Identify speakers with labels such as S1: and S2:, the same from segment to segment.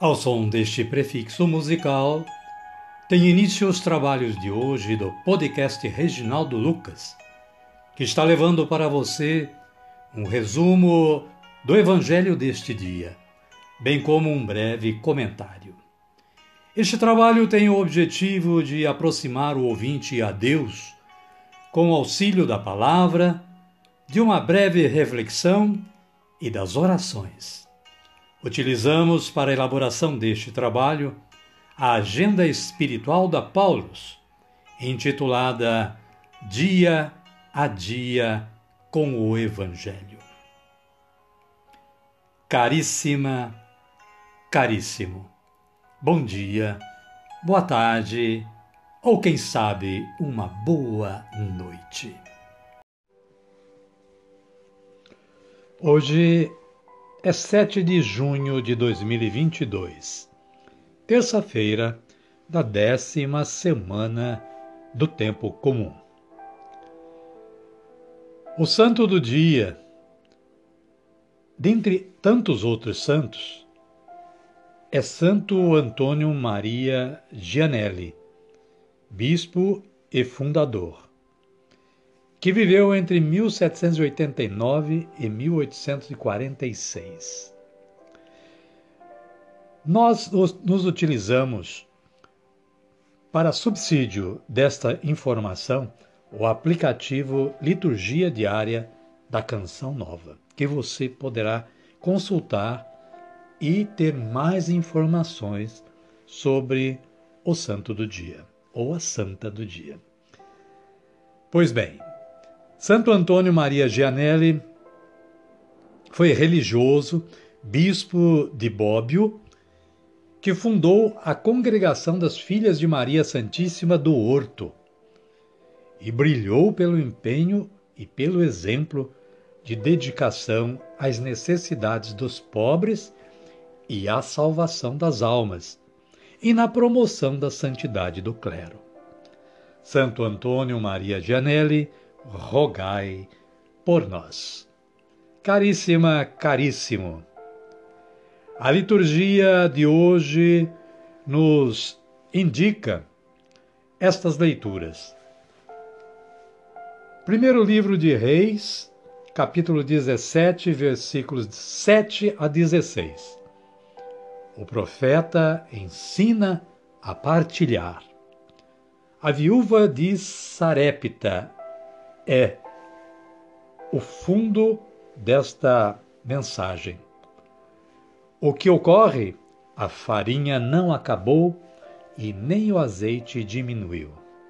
S1: Ao som deste prefixo musical, tem início os trabalhos de hoje do podcast Reginaldo Lucas, que está levando para você um resumo do Evangelho deste dia, bem como um breve comentário. Este trabalho tem o objetivo de aproximar o ouvinte a Deus, com o auxílio da palavra, de uma breve reflexão e das orações. Utilizamos para a elaboração deste trabalho a Agenda Espiritual da Paulus, intitulada Dia a Dia com o Evangelho. Caríssima, caríssimo, bom dia, boa tarde ou quem sabe uma boa noite. Hoje é 7 de junho de 2022, terça-feira da 10ª semana do Tempo Comum. O santo do dia, dentre tantos outros santos, é Santo Antônio Maria Gianelli, bispo e fundador, que viveu entre 1789 e 1846. Nós nos utilizamos, para subsídio desta informação, o aplicativo Liturgia Diária da Canção Nova, que você poderá consultar e ter mais informações sobre o santo do dia, ou a santa do dia. Pois bem, Santo Antônio Maria Gianelli foi religioso, bispo de Bobbio, que fundou a Congregação das Filhas de Maria Santíssima do Horto e brilhou pelo empenho e pelo exemplo de dedicação às necessidades dos pobres e à salvação das almas e na promoção da santidade do clero. Santo Antônio Maria Gianelli, rogai por nós. Caríssima, caríssimo, a liturgia de hoje nos indica estas leituras. Primeiro livro de Reis, capítulo 17, versículos 7 a 16. O profeta ensina a partilhar. A viúva de Sarepta é o fundo desta mensagem. O que ocorre? A farinha não acabou e nem o azeite diminuiu.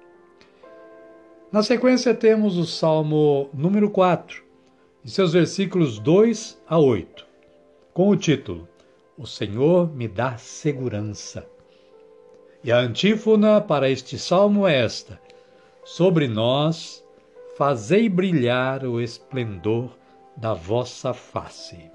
S1: Na sequência temos o Salmo número 4, e seus versículos 2 a 8, com o título O Senhor me dá segurança. E a antífona para este salmo é esta: sobre nós fazei brilhar o esplendor da vossa face.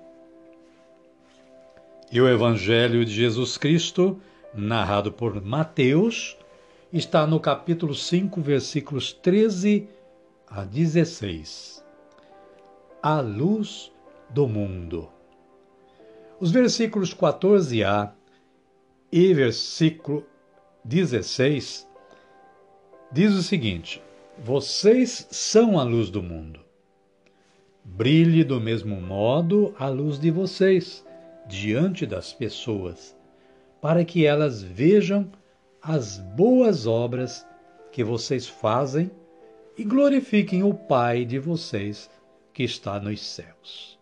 S1: E o Evangelho de Jesus Cristo, narrado por Mateus, está no capítulo 5, versículos 13 a 16. A luz do mundo. Os versículos 14a e versículo 16 diz o seguinte: vocês são a luz do mundo. Brilhe do mesmo modo a luz de vocês diante das pessoas, para que elas vejam as boas obras que vocês fazem e glorifiquem o Pai de vocês que está nos céus.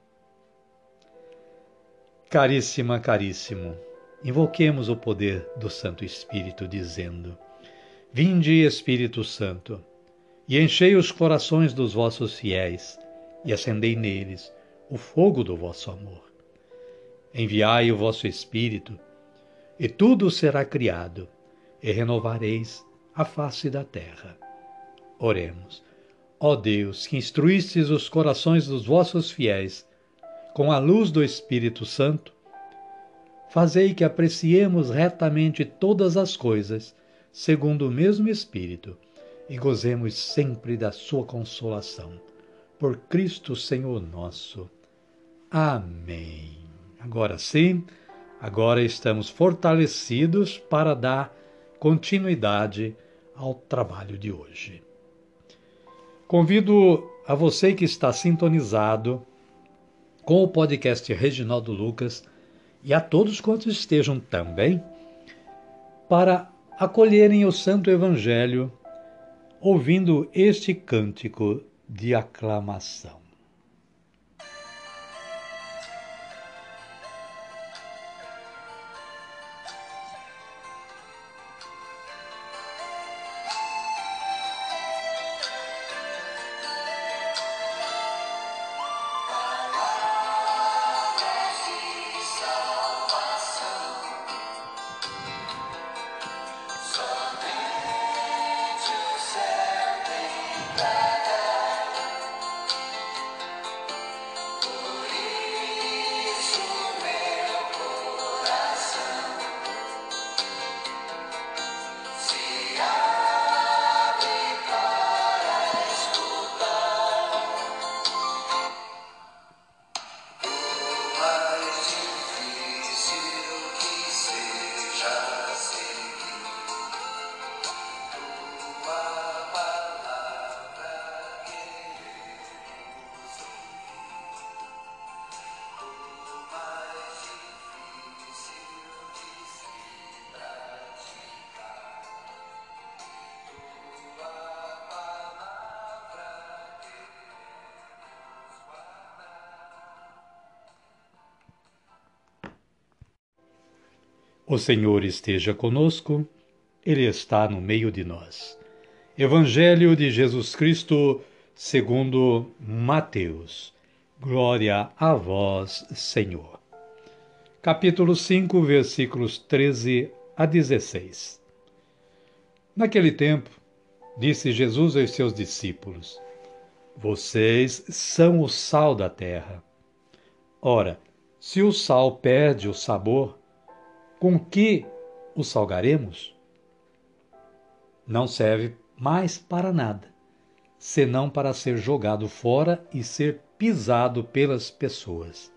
S1: Caríssima, caríssimo, invoquemos o poder do Santo Espírito, dizendo: Vinde, Espírito Santo, e enchei os corações dos vossos fiéis, e acendei neles o fogo do vosso amor. Enviai o vosso Espírito, e tudo será criado, e renovareis a face da terra. Oremos. Ó Deus, que instruístes os corações dos vossos fiéis com a luz do Espírito Santo, fazei que apreciemos retamente todas as coisas, segundo o mesmo Espírito, e gozemos sempre da sua consolação. Por Cristo Senhor nosso. Amém. Agora sim, Agora estamos fortalecidos para dar continuidade ao trabalho de hoje. Convido a você que está sintonizado com o podcast Reginaldo Lucas e a todos quantos estejam também para acolherem o Santo Evangelho ouvindo este cântico de aclamação. O Senhor esteja conosco, Ele está no meio de nós. Evangelho de Jesus Cristo segundo Mateus. Glória a vós, Senhor. Capítulo 5, versículos 13 a 16. Naquele tempo, disse Jesus aos seus discípulos: Vocês são o sal da terra. Ora, se o sal perde o sabor, com que o salgaremos? Não serve mais para nada, senão para ser jogado fora e ser pisado pelas pessoas.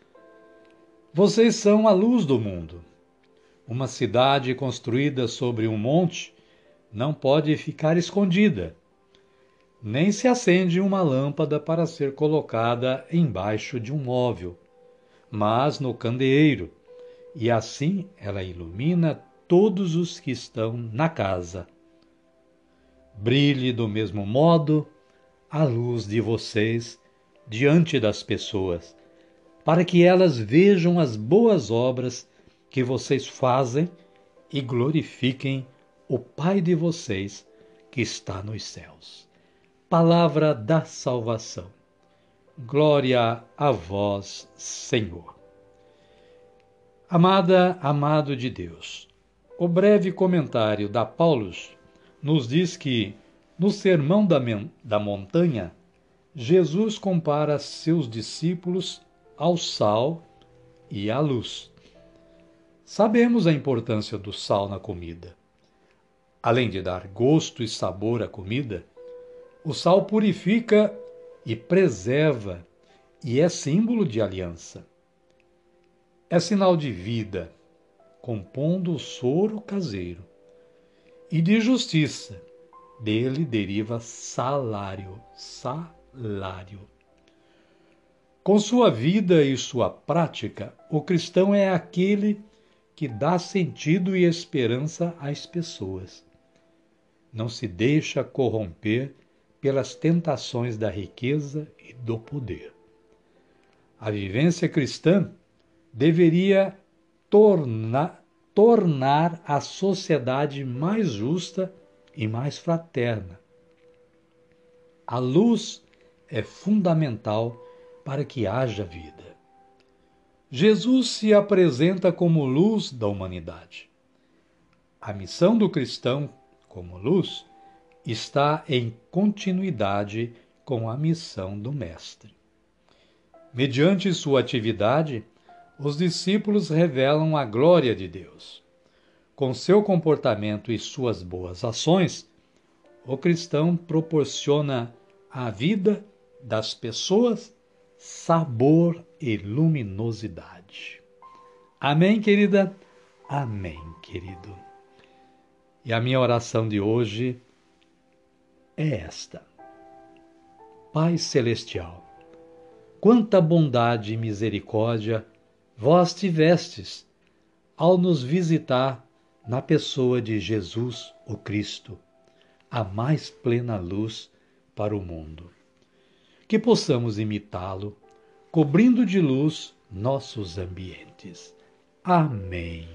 S1: Vocês são a luz do mundo. Uma cidade construída sobre um monte não pode ficar escondida, nem se acende uma lâmpada para ser colocada embaixo de um móvel, mas no candeeiro, e assim ela ilumina todos os que estão na casa. Brilhe do mesmo modo a luz de vocês diante das pessoas, para que elas vejam as boas obras que vocês fazem e glorifiquem o Pai de vocês que está nos céus. Palavra da salvação. Glória a vós, Senhor. Amada, amado de Deus, o breve comentário da Paulus nos diz que, no Sermão da Montanha, Jesus compara seus discípulos ao sal e à luz. Sabemos a importância do sal na comida. Além de dar gosto e sabor à comida, o sal purifica e preserva e é símbolo de aliança. É sinal de vida, compondo o soro caseiro, e de justiça. Dele deriva salário. Com sua vida e sua prática, o cristão é aquele que dá sentido e esperança às pessoas. Não se deixa corromper pelas tentações da riqueza e do poder. A vivência cristã deveria tornar a sociedade mais justa e mais fraterna. A luz é fundamental para que haja vida. Jesus se apresenta como luz da humanidade. A missão do cristão, como luz, está em continuidade com a missão do Mestre. Mediante sua atividade, os discípulos revelam a glória de Deus. Com seu comportamento e suas boas ações, o cristão proporciona à vida das pessoas sabor e luminosidade. Amém, querida? Amém, querido. E a minha oração de hoje é esta. Pai Celestial, quanta bondade e misericórdia vós tivestes ao nos visitar na pessoa de Jesus, o Cristo, a mais plena luz para o mundo. Que possamos imitá-lo, cobrindo de luz nossos ambientes. Amém.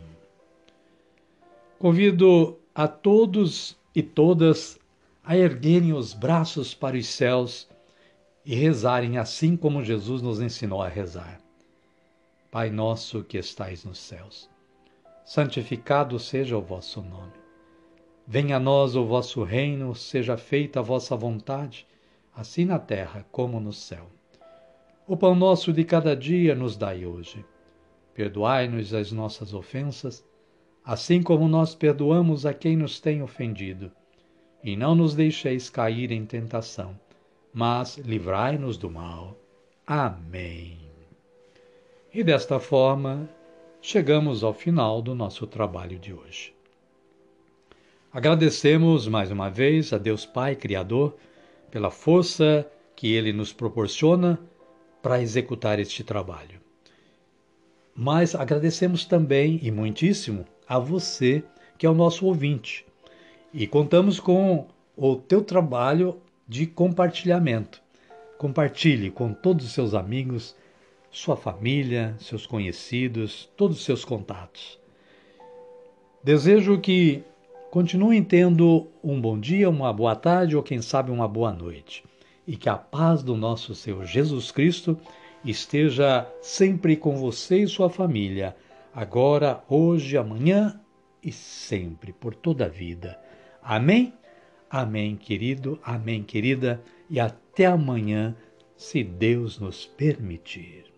S1: Convido a todos e todas a erguerem os braços para os céus e rezarem assim como Jesus nos ensinou a rezar. Pai nosso que estais nos céus, santificado seja o vosso nome. Venha a nós o vosso reino, seja feita a vossa vontade, assim na terra como no céu. O pão nosso de cada dia nos dai hoje. Perdoai-nos as nossas ofensas, assim como nós perdoamos a quem nos tem ofendido. E não nos deixeis cair em tentação, mas livrai-nos do mal. Amém. E desta forma, chegamos ao final do nosso trabalho de hoje. Agradecemos mais uma vez a Deus Pai Criador pela força que Ele nos proporciona para executar este trabalho. Mas agradecemos também, e muitíssimo, a você que é o nosso ouvinte. E contamos com o teu trabalho de compartilhamento. Compartilhe com todos os seus amigos, sua família, seus conhecidos, todos os seus contatos. Desejo que continuem tendo um bom dia, uma boa tarde ou, quem sabe, uma boa noite. E que a paz do nosso Senhor Jesus Cristo esteja sempre com você e sua família, agora, hoje, amanhã e sempre, por toda a vida. Amém? Amém, querido, amém, querida, e até amanhã, se Deus nos permitir.